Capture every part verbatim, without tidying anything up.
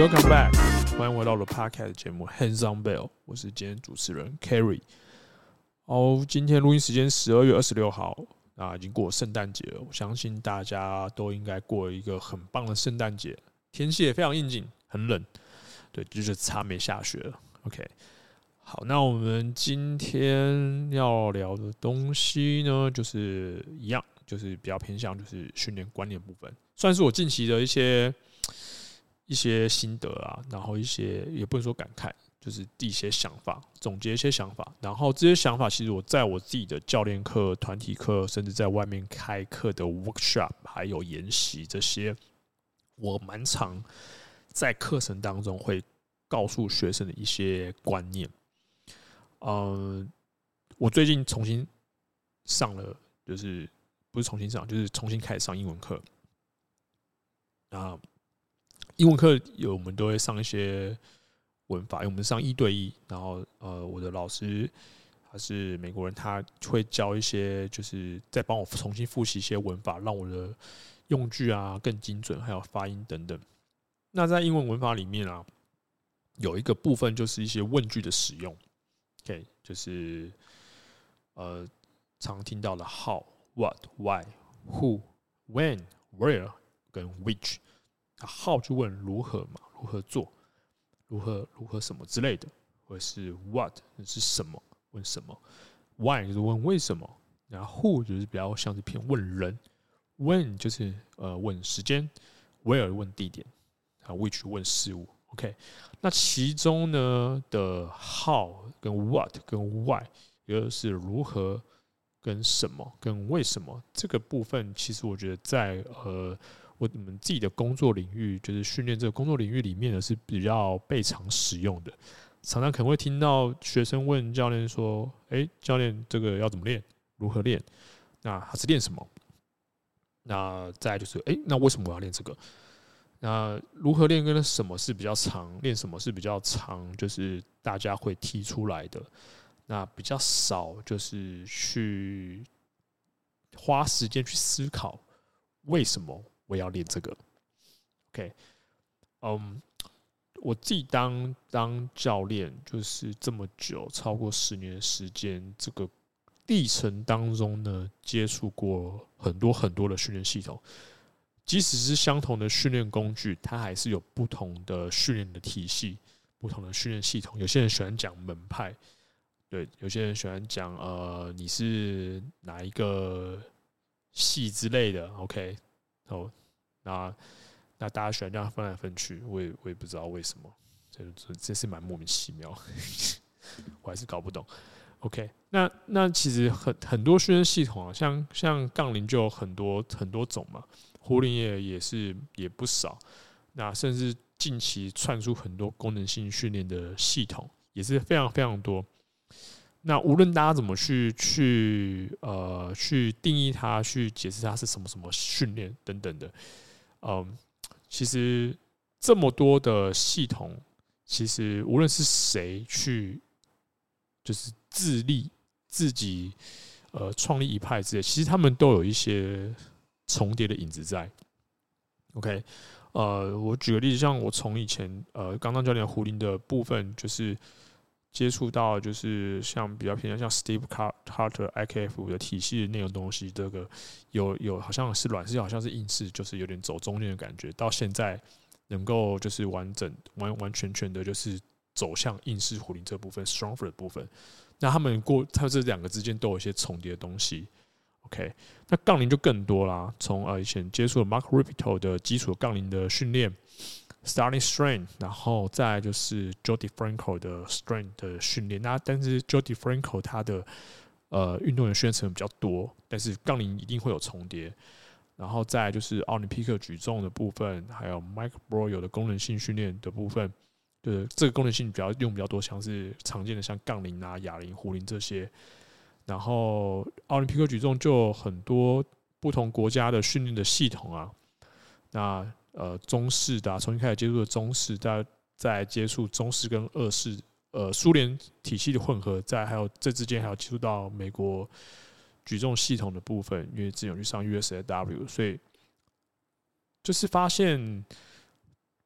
Welcome back， 欢迎回到我的 Podcast 节目 Hands on Bell， 我是今天主持人 Kerry。好，今天录音时间十二月二十六号，啊，已经过了圣诞节了。我相信大家都应该过了一个很棒的圣诞节，天气也非常应景，很冷，对，就是差没下雪了。OK， 好，那我们今天要聊的东西呢，就是一样，就是比较偏向就是训练观念部分，算是我近期的一些。一些心得啊，然后一些也不能说感慨，就是一些想法，总结一些想法。然后这些想法，其实我在我自己的教练课、团体课，甚至在外面开课的 workshop， 还有研习这些，我蛮常在课程当中会告诉学生的一些观念。嗯，我最近重新上了，就是不是重新上，就是重新开始上英文课啊。英文课有我们都会上一些文法，因为我们上一对一，然后呃，我的老师他是美国人，他会教一些，就是再帮我重新复习一些文法，让我的用句啊更精准，还有发音等等。那在英文文法里面啊，有一个部分就是一些问句的使用 ，OK， 就是呃常听到的 how、what、why、who、when、where 跟 which。How 就问如何嘛，如何做，如何如何什么之类的，或者是 What 是什么，问什么 ，Why 就是问为什么，然后 Who 就是比较像是偏问人 ，When 就是呃问时间 ，Where 问地点，啊 Which 问事物 ，OK， 那其中呢的 How 跟 What 跟 Why， 也就是如何跟什么跟为什么这个部分，其实我觉得在呃。我们自己的工作领域，就是训练这个工作领域里面呢，是比较被常使用的。常常可能会听到学生问教练说：“哎，教练，这个要怎么练？如何练？那他是练什么？那再来就是，哎，那为什么我要练这个？那如何练跟什么是比较长？练什么是比较长？就是大家会提出来的。那比较少就是去花时间去思考为什么。”我要练这个 ，OK， 嗯，我自己当当教练就是这么久，超过十年的时间，这个历程当中呢，接触过很多很多的训练系统，即使是相同的训练工具，它还是有不同的训练的体系，不同的训练系统。有些人喜欢讲门派，对，有些人喜欢讲呃，你是哪一个系之类的 ，OK， 哦。那那大家喜欢这样分来分去，我也我也不知道为什么，这这是蛮莫名其妙，我还是搞不懂。OK， 那那其实很很多训练系统啊，像像杠铃就有很多很多种嘛，壶铃也也是也不少。那甚至近期窜出很多功能性训练的系统，也是非常非常多。那无论大家怎么去去呃去定义它，去解释它是什么什么训练等等的。嗯，其实这么多的系统，其实无论是谁去，就是自立自己呃创立一派之类，其实他们都有一些重叠的影子在。OK， 呃，我举个例子，像我从以前呃刚当教练壶铃的部分，就是接触到就是像比较偏向像 Steve Carter I K F 的体系的内容东西，这个有有好像是软式，好像是硬式，就是有点走中间的感觉。到现在能够就是完整完完全全的，就是走向硬式壶铃这部分 Stronger 的部分。那他们过他这两个之间都有一些重叠的东西。OK， 那杠铃就更多啦。从呃以前接触了 Mark Rippetoe 的基础杠铃的训练。Starting strength， 然后再来就是 Joe DeFranco 的 strength 的训练。那但是 Joe DeFranco 他的呃运动员训练成本比较多，但是杠铃一定会有重叠。然后再来就是奥林匹克举重的部分，还有 Mike Broyo 的功能性训练的部分。就是这个功能性比较用比较多，像是常见的像杠铃啊、哑铃、壶铃这些。然后奥林匹克举重就有很多不同国家的训练的系统啊。那呃，中式的、啊、重新开始接触的中式，再再接触中式跟俄式，呃，苏联体系的混合，再还有这之间还有接触到美国举重系统的部分，因为之前有去上 U S A W， 所以就是发现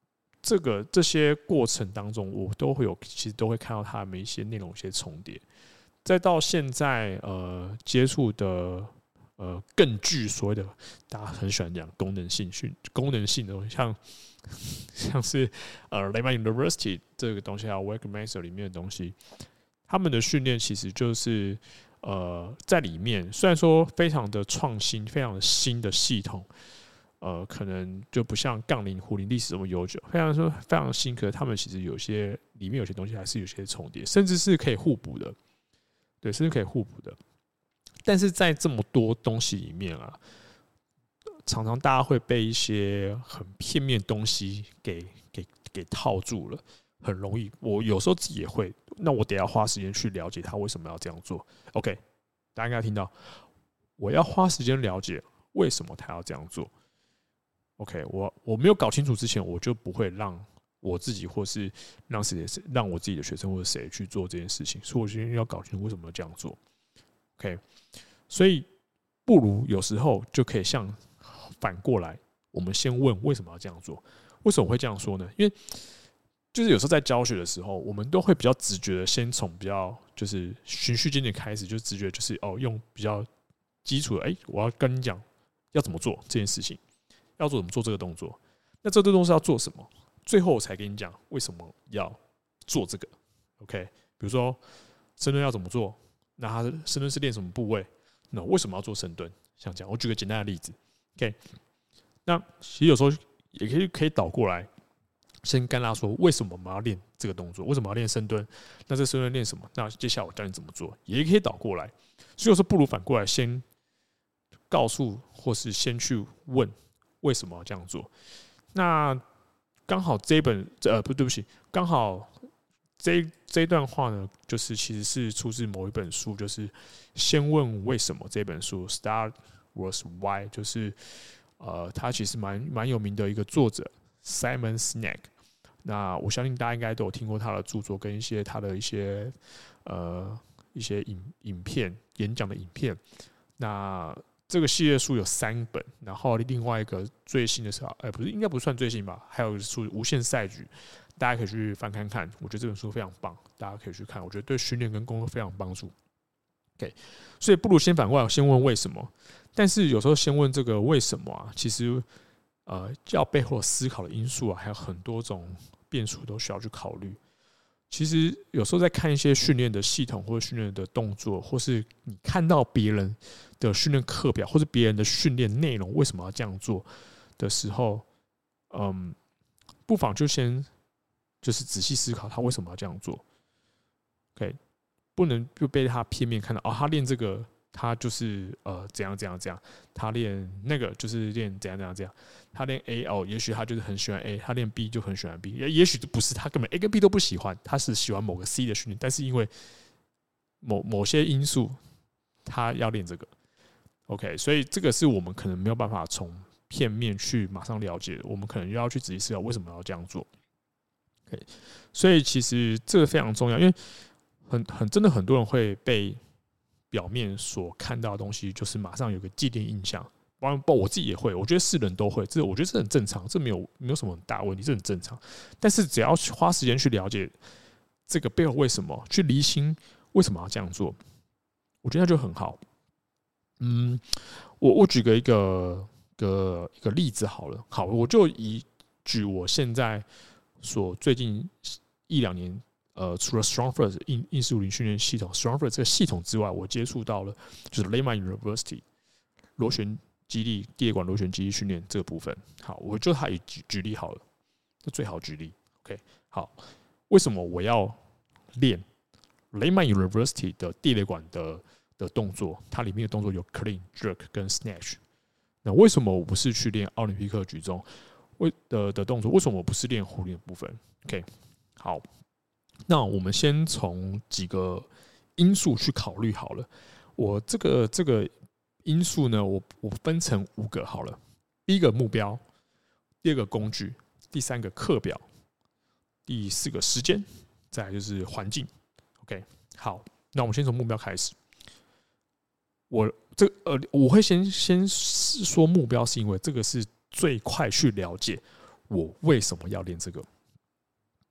这个这些过程当中，我都会有，其实都会看到他们一些内容有些重叠。再到现在，呃，接触的呃更具所谓的大家很喜欢讲功能性训功能性的东西，像像是呃 Lehman University 这个东西，还有 Wegmeister 里面的东西，他们的训练其实就是呃在里面，虽然说非常的创新，非常的新的系统。呃，可能就不像杠铃、壶铃历史这么悠久，非常说非常新，可是他们其实有些里面有些东西还是有些重叠，甚至是可以互补的，对，甚至可以互补的。但是在这么多东西里面啊，常常大家会被一些很片面的东西给给给套住了，很容易。我有时候自己也会，那我得要花时间去了解他为什么要这样做。OK， 大家应该听到，我要花时间了解为什么他要这样做。OK， 我我没有搞清楚之前，我就不会让我自己或是让谁让我自己的学生或者谁去做这件事情，所以我今天要搞清楚为什么要这样做。OK， 所以不如有时候就可以像反过来，我们先问为什么要这样做？为什么我会这样说呢？因为就是有时候在教学的时候，我们都会比较直觉的，先从比较就是循序渐进开始，就直觉就是哦，用比较基础的，哎、欸，我要跟你讲要怎么做这件事情。要做怎么做这个动作？那这个动作是要做什么？最后我才跟你讲为什么要做这个。OK， 比如说深蹲要怎么做？那他深蹲是练什么部位？那为什么要做深蹲？像这样，我举个简单的例子。OK， 那其实有时候也可以可以倒过来，先跟他说为什么我们要练这个动作？为什么要练深蹲？那这深蹲练什么？那接下来我教你怎么做，也可以倒过来。所以有时候不如反过来，先告诉或是先去问。为什么要这样做？那刚好这一本呃不对不起，刚好这这一段话呢，就是其实是出自某一本书，就是先问为什么这本书 Start with Why， 就是呃他其实蛮蛮有名的一个作者 Simon Sinek。那我相信大家应该都有听过他的著作跟一些他的一些呃一些影影片演讲的影片。那这个系列书有三本，然后另外一个最新的是，哎、欸，不是，应该不算最新吧？还有书《无限赛局》，大家可以去翻看看。我觉得这本书非常棒，大家可以去看。我觉得对训练跟工作非常帮助。OK， 所以不如先反过来，先问为什么。但是有时候先问这个为什么啊，其实呃，要背后思考的因素啊，还有很多种变数都需要去考虑。其实有时候在看一些训练的系统或者训练的动作，或是你看到别人的训练课表或是别人的训练内容为什么要这样做的时候，嗯，不妨就先就是仔细思考他为什么要这样做。OK， 不能就被他片面看到哦，他练这个他就是呃怎样怎样怎样，他练那个就是练怎样怎样怎样。他练 A 哦，也许他就是很喜欢 A， 他练 B 就很喜欢 B， 也许不是，他根本 A 跟 B 都不喜欢，他是喜欢某个 C 的训练，但是因为某某些因素，他要练这个。OK， 所以这个是我们可能没有办法从片面去马上了解的，我们可能要去仔细思考为什么要这样做。OK， 所以其实这个非常重要，因为很很真的很多人会被表面所看到的东西，就是马上有个既定印象。包括我自己也会，我觉得是人都会，这我觉得这很正常，这没有没有什么很大问题，这很正常。但是只要花时间去了解这个背后为什么，去厘清为什么要这样做，我觉得那就很好。嗯，我我举个一个个一个例子好了，好，我就以举我现在所最近一两年，呃，除了 StrongFirst 硬硬式武林训练系统 StrongFirst 这个系统之外，我接触到了就是 Lehman University 螺旋肌力第二管螺旋肌力训练这个部分。好，我就它以举举例好了，这最好举例。OK， 好，为什么我要练 Lehman University 的地雷管的的动作？它里面的动作有 Clean、Jerk 跟 Snatch。那为什么我不是去练奥林匹克举重的的动作？为什么我不是练壶铃的部分 ？OK， 好，那我们先从几个因素去考虑好了。我这个这个因素呢，我我分成五个好了。第一个目标，第二个工具，第三个课表，第四个时间，再来就是环境。OK， 好，那我们先从目标开始。我这呃，我会先先说目标，是因为这个是最快去了解我为什么要练这个。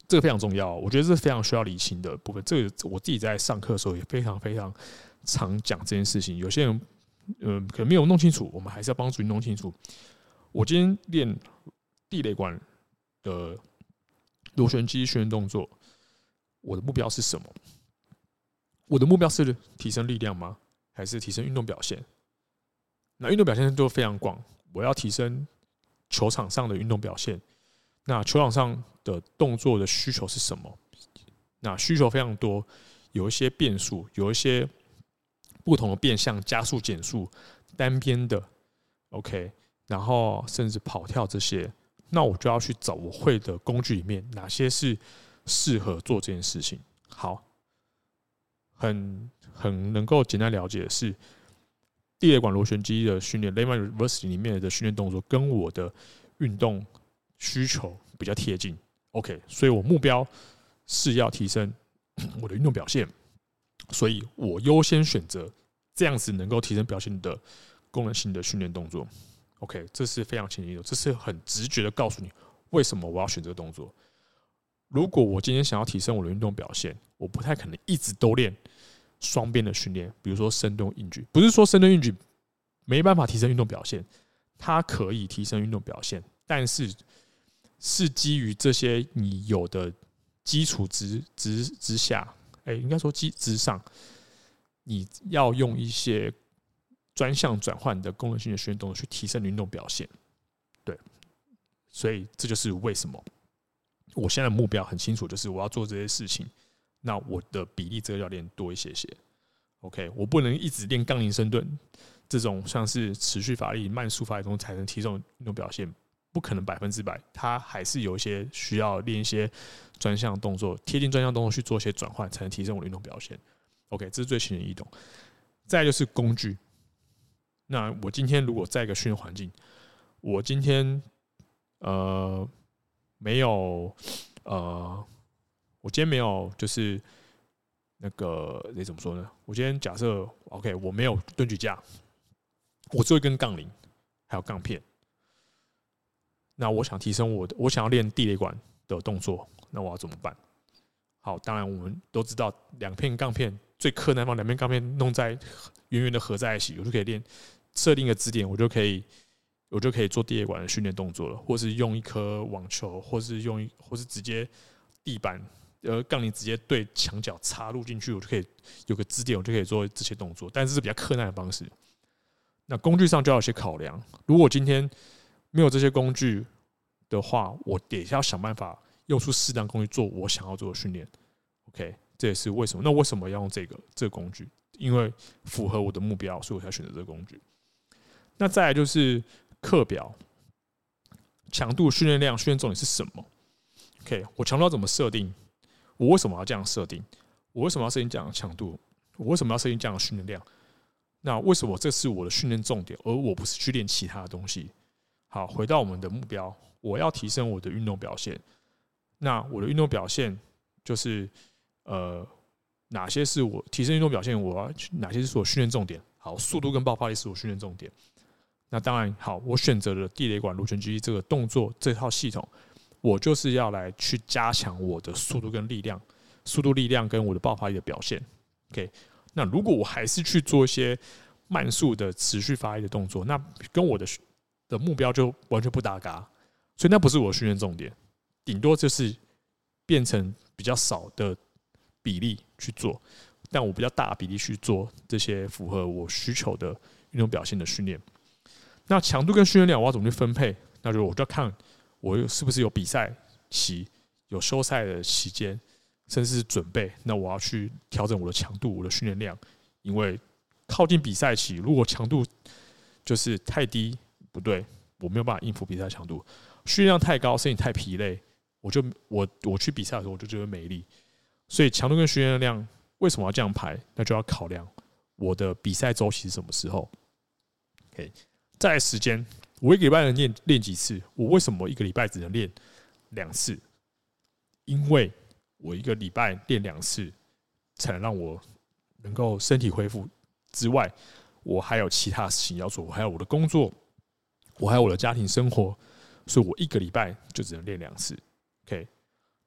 这个非常重要，我觉得这是非常需要理清的部分。这个我自己在上课的时候也非常非常常讲这件事情。有些人，呃，可能没有弄清楚，我们还是要帮助你弄清楚。我今天练地雷管的螺旋肌训练动作，我的目标是什么？我的目标是提升力量吗？还是提升运动表现？那运动表现就非常广，我要提升球场上的运动表现。那球场上的动作的需求是什么？那需求非常多，有一些变数，有一些不同的变向，加速、减速、单边的 ，OK， 然后甚至跑跳这些，那我就要去找我会的工具里面哪些是适合做这件事情。好，很很能够简单了解的是，地雷管螺旋肌的训练 Layman Reverse 里面的训练动作跟我的运动需求比较贴近 ，OK， 所以我目标是要提升我的运动表现，所以我优先选择这样子能够提升表现的功能性的训练动作。OK， 这是非常清晰的，这是很直觉的告诉你为什么我要选这个动作。如果我今天想要提升我的运动表现，我不太可能一直都练双边的训练，比如说深蹲、硬举。不是说深蹲、硬举没办法提升运动表现，它可以提升运动表现，但是是基于这些你有的基础之之之下，哎、欸，应该说基之上，你要用一些专项转换的功能性的训练动作去提升运动表现。对，所以这就是为什么我现在的目标很清楚，就是我要做这些事情。那我的比例这个要练多一些些 ，OK， 我不能一直练杠铃深蹲这种像是持续发力、慢速发力中才能提升运动表现，不可能百分之百，它还是有一些需要练一些专项动作，贴近专项动作去做一些转换，才能提升我的运动表现。OK， 这是最轻而易懂。再来就是工具。那我今天如果在一个训练环境，我今天呃没有呃。我今天没有，就是那个你怎么说呢？我今天假设 OK， 我没有蹲举架，我只有一根杠铃，还有杠片。那我想提升我的，我想要练地雷管的动作，那我要怎么办？好，当然我们都知道，两片杠片最困难方，两片杠片弄在圆圆的合在一起，我就可以练设定一个支点，我就可以我就可以做地雷管的训练动作了，或是用一颗网球，或是用一，或是直接地板。呃，杠铃直接对墙角插入进去，我就可以有个支点，我就可以做这些动作。但是是比较困难的方式。那工具上就要有些考量。如果今天没有这些工具的话，我得要想办法用出适当工具做我想要做的训练。OK， 这也是为什么。那为什么要用这个这个工具？因为符合我的目标，所以我才选择这个工具。那再来就是课表、强度、训练量、训练重点是什么 ？OK， 我强度要怎么设定？我为什么要这样设定？我为什么要设定这样的强度？我为什么要设定这样的训练量？那为什么这是我的训练重点，而我不是去练其他的东西？好，回到我们的目标，我要提升我的运动表现。那我的运动表现就是呃，哪些是我提升运动表现？我要哪些是我训练重点？好，速度跟爆发力是我训练重点。那当然，好，我选择了地雷管螺旋肌这个动作这套系统。我就是要来去加强我的速度跟力量，速度、力量跟我的爆发力的表现。OK， 那如果我还是去做一些慢速的持续发力的动作，那跟我的的目标就完全不搭嘎，所以那不是我的训练重点，顶多就是变成比较少的比例去做，但我比较大的比例去做这些符合我需求的运动表现的训练。那强度跟训练量我要怎么去分配？那就我就要看。我是不是有比赛期、有休赛的期间，甚至是准备？那我要去调整我的强度、我的训练量，因为靠近比赛期，如果强度就是太低，不对，我没有办法应付比赛强度；训练量太高，身体太疲累，我就我我去比赛的时候我就觉得没力。所以强度跟训练量为什么要这样排？那就要考量我的比赛周期是什么时候。OK， 再来时间。我一个礼拜能练练几次？我为什么一个礼拜只能练两次？因为我一个礼拜练两次，才能让我能够身体恢复之外，我还有其他事情要做，我还有我的工作，我还有我的家庭生活，所以我一个礼拜就只能练两次。OK，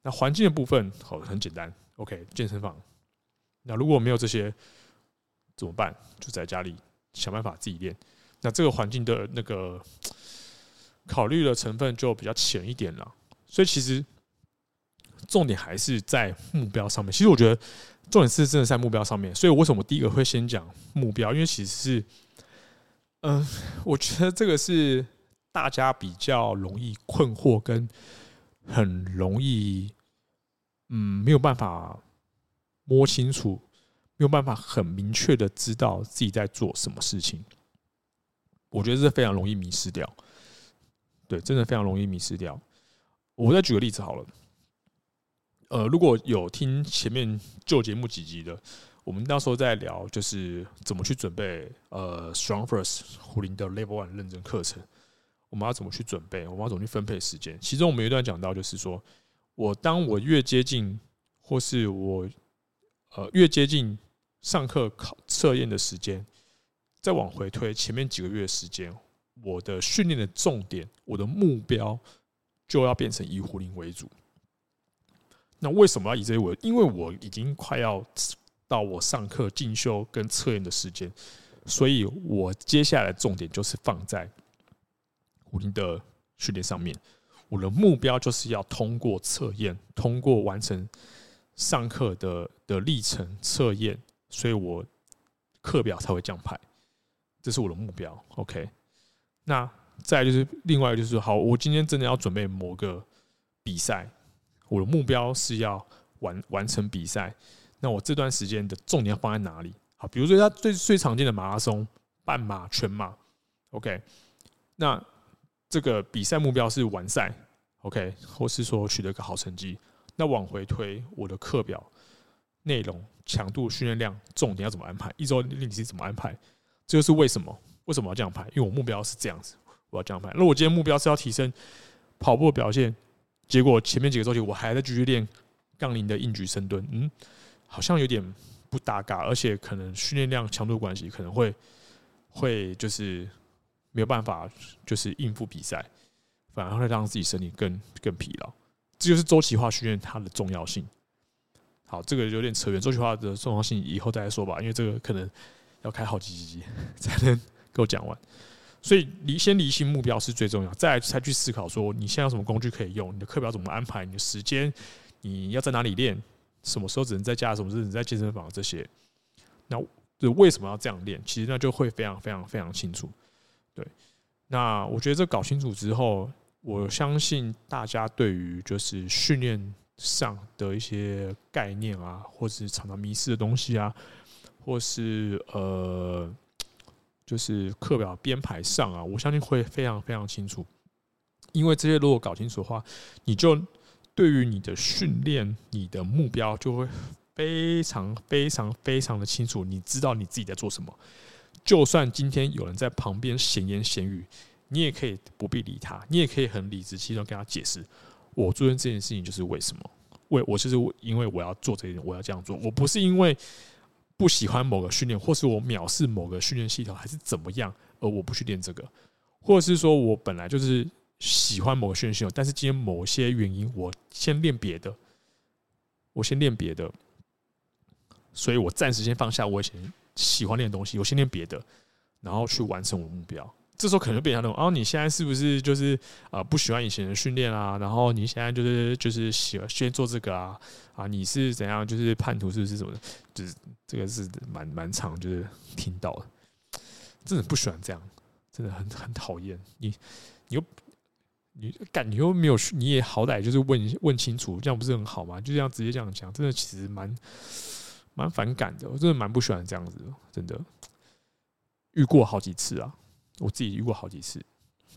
那环境的部分好很简单 ，OK， 健身房。那如果没有这些怎么办？就在家里想办法自己练。那这个环境的那个考虑的成分就比较浅一点了。所以其实重点还是在目标上面。其实我觉得重点是真的在目标上面。所以为什么我第一个会先讲目标？因为其实是，嗯、呃，我觉得这个是大家比较容易困惑跟很容易，嗯，没有办法摸清楚，没有办法很明确的知道自己在做什么事情。我觉得这非常容易迷失掉，对，真的非常容易迷失掉。我再举个例子好了，呃，如果有听前面旧节目几集的，我们那时候在聊就是怎么去准备呃 Strong First 胡林的 Level One 认证课程，我们要怎么去准备，我们要怎么去分配时间。其中我们有一段讲到，就是说我当我越接近，或是我呃越接近上课考测验的时间，再往回推前面几个月的时间，我的训练的重点，我的目标就要变成以胡林为主。那为什么要以这些为？因为我已经快要到我上课进修跟测验的时间，所以我接下来的重点就是放在胡林的训练上面。我的目标就是要通过测验，通过完成上课 的, 的历程测验，所以我课表才会这样排，这是我的目标。OK， 那再来就是另外就是好，我今天真的要准备某个比赛，我的目标是要 完, 完成比赛，那我这段时间的重点要放在哪里？好，比如说它最最常见的马拉松、半马、全马 ，OK， 那这个比赛目标是完赛 ，OK， 或是说取得一个好成绩。那往回推，我的课表内容、强度、训练量、重点要怎么安排？一周练习怎么安排？这就是为什么为什么要这样排？因为我目标是这样子，我要这样排。那我今天目标是要提升跑步的表现，结果前面几个周期我还在继续练杠铃的硬举深蹲，嗯，好像有点不搭嘎，而且可能训练量、强度关系，可能会会就是没有办法，就是应付比赛，反而会让自己身体更更疲劳。这就是周期化训练它的重要性。好，这个有点扯远，周期化的重要性以后再来说吧，因为这个可能要开好几集才能够讲完。所以先厘清目标是最重要，再来才去思考说你现在有什么工具可以用，你的课表怎么安排，你的时间你要在哪里练，什么时候只能在家，什么时候只能在健身房，这些。那为什么要这样练？其实那就会非常非常非常清楚。对，那我觉得这搞清楚之后，我相信大家对于就是训练上的一些概念啊，或是常常迷失的东西啊，或是呃，就是课表编排上啊，我相信会非常非常清楚。因为这些如果搞清楚的话，你就对于你的训练、你的目标就会非常非常非常的清楚，你知道你自己在做什么。就算今天有人在旁边闲言闲语，你也可以不必理他，你也可以很理直气壮跟他解释，我做这件事情就是为什么，为我就是因为我要做这一点，我要这样做，我不是因为不喜欢某个训练，或是我藐视某个训练系统，还是怎么样，而我不去练这个，或者是说我本来就是喜欢某个训练系统，但是今天某些原因，我先练别的，我先练别的，所以我暂时先放下我以前喜欢练的东西，我先练别的，然后去完成我的目标。这时候可能就变成那种，哦，你现在是不是就是呃不喜欢以前的训练啊？然后你现在就是就是喜欢先做这个啊啊？你是怎样？就是叛徒是不是什么的？就是这个是蛮蛮常就是听到的，真的不喜欢这样，真的很很讨厌。你你又你干你又没有，你也好歹就是问问清楚，这样不是很好吗？就这样直接这样讲，真的其实蛮蛮反感的，我真的蛮不喜欢这样子的，真的遇过好几次啊。我自己遇过好几次，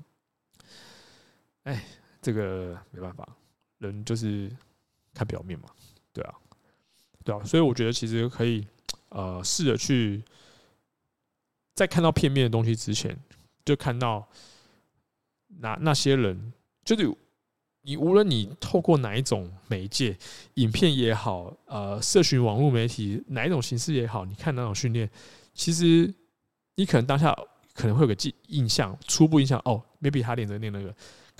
哎，这个没办法，人就是看表面嘛，对啊，对啊，所以我觉得其实可以，呃，试着去在看到片面的东西之前，就看到那那些人，就是你无论你透过哪一种媒介，影片也好，呃，社群网络媒体哪一种形式也好，你看那种训练，其实你可能当下可能会有个印象，初步印象哦 ，maybe 他练这个练那个，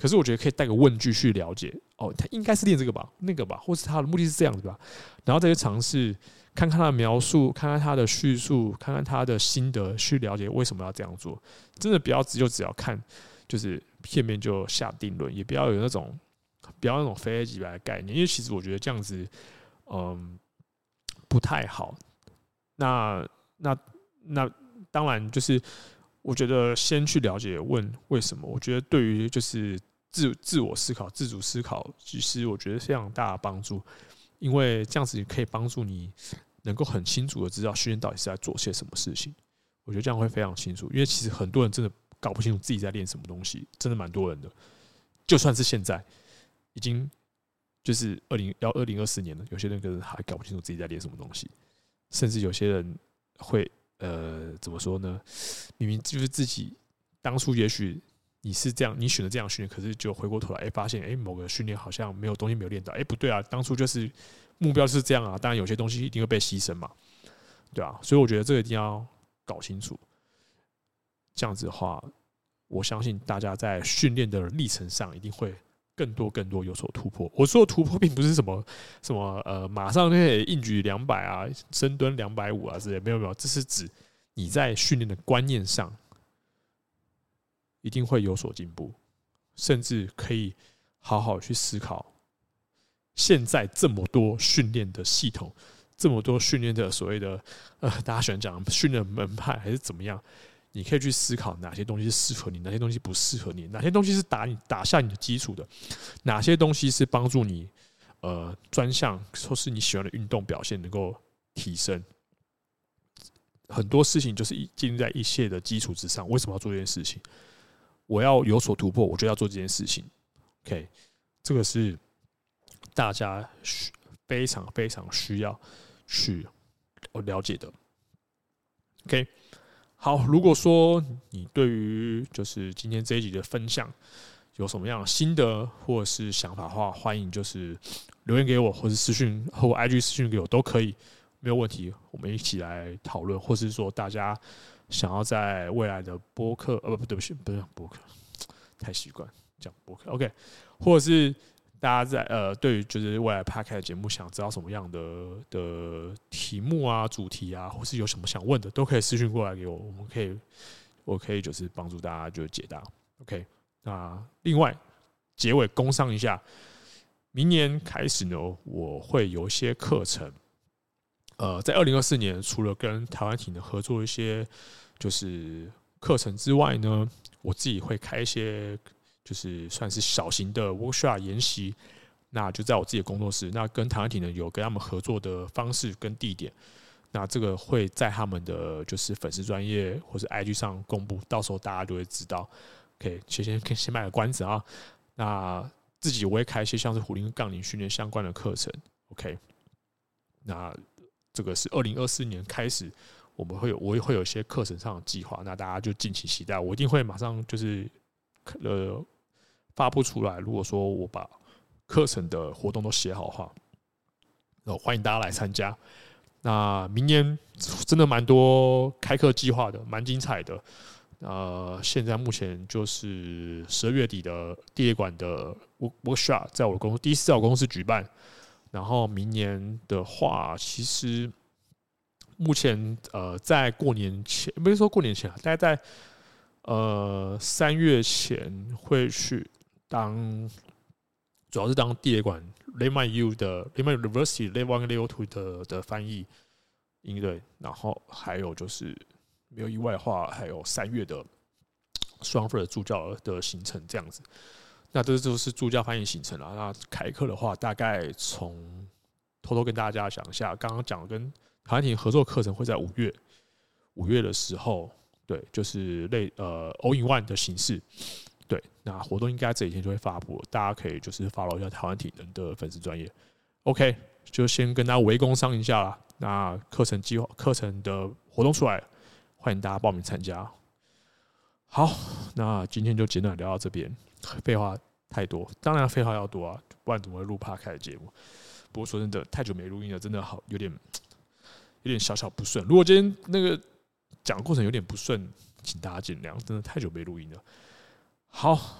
可是我觉得可以带个问句去了解，哦，他应该是练这个吧，那个吧，或是他的目的是这样子吧，然后再去尝试看看他的描述，看看他的叙述，看看他的心得，去了解为什么要这样做。真的不要只就只要看，就是片面就下定论，也不要有那种不要那种非黑即白的概念，因为其实我觉得这样子，嗯，不太好。那那那当然就是。我觉得先去了解问为什么，我觉得对于就是自自我思考、自主思考，其实我觉得非常大的帮助，因为这样子可以帮助你能够很清楚的知道训练到底是在做些什么事情。我觉得这样会非常清楚，因为其实很多人真的搞不清楚自己在练什么东西，真的蛮多人的。就算是现在已经就是二零要二零二四年了，有些人可能还搞不清楚自己在练什么东西，甚至有些人会。呃，怎么说呢？明明就是自己当初也许你是这样，你选择这样训练，可是就回过头来，哎、欸，发现哎、欸，某个训练好像没有东西没有练到，哎、欸，不对啊，当初就是目标是这样啊，当然有些东西一定会被牺牲嘛，对啊，所以我觉得这个一定要搞清楚。这样子的话，我相信大家在训练的历程上一定会更多更多有所突破。我说的突破并不是什么什么呃，马上就可以硬举两百啊，深蹲两百五啊之类，没有没有，这是指你在训练的观念上一定会有所进步，甚至可以好好去思考，现在这么多训练的系统，这么多训练的所谓的呃，大家喜欢讲训练门派还是怎么样。你可以去思考哪些东西是适合你，哪些东西不适合你，哪些东西是打你打下你的基础的，哪些东西是帮助你呃专项或是你喜欢的运动表现能够提升。很多事情就是建立在一切的基础之上。为什么要做这件事情？我要有所突破，我就要做这件事情。OK， 这个是大家非常非常需要去了解的。OK。好，如果说你对于就是今天这一集的分享有什么样的心得或者是想法的话，欢迎就是留言给我，或是私讯或 I G 私讯给我都可以，没有问题。我们一起来讨论，或是说大家想要在未来的播客，呃，不对不起，不是播客，太习惯讲播客 ，OK， 或者是。大家在呃，对于就是未来 Podcast 的节目，想知道什么样的的题目啊、主题啊，或是有什么想问的，都可以私讯过来给我，我们可以，我可以就是帮助大家就解答。OK， 那另外结尾工商一下，明年开始呢，我会有一些课程，呃，在二零二四年除了跟台湾体能合作一些就是课程之外呢，我自己会开一些。就是算是小型的 workshop 研习，那就在我自己的工作室。那跟台湾体能有跟他们合作的方式跟地点，那这个会在他们的就是粉丝专页或是 I G 上公布，到时候大家就会知道。OK， 先先先卖个关子啊。那自己我会开一些像是壶铃杠铃训练相关的课程。OK， 那这个是二零二四年开始，我们会有我也会有一些课程上的计划，那大家就敬请期待。我一定会马上就是呃。发布出来。如果说我把课程的活动都写好的话，然后欢迎大家来参加。那明年真的蛮多开课计划的，蛮精彩的。呃，现在目前就是十二月底的地铁馆的 workshop 在我的公司第一次在我公司举办。然后明年的话，其实目前呃在过年前，不是说过年前，大概在呃三月前会去。当主要是当地铁馆 Level U 的 Level University Level One Level Two 的的翻译，应对，然后还有就是没有意外的话，还有三月的双份的助教的行程这样子。那这就是助教翻译行程了。那开课的话，大概从偷偷跟大家讲一下，刚刚讲跟台湾体合作课程会在五月，五月的时候，对，就是类呃 All in One 的形式。对，那活动应该这几天就会发布，大家可以就是 follow 一下台湾体能的粉丝专页。OK， 就先跟大家围攻上一下啦。那课程计划、课程的活动出来，欢迎大家报名参加。好，那今天就简短聊到这边，废话太多，当然废话要多啊，不然怎么会录 Podcast 的节目？不过说真的，太久没录音了，真的好有点有点小小不顺。如果今天那个讲的过程有点不顺，请大家见谅，真的太久没录音了。好，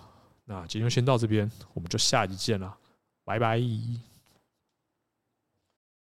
那今天就先到这边，我们就下集见了，拜拜。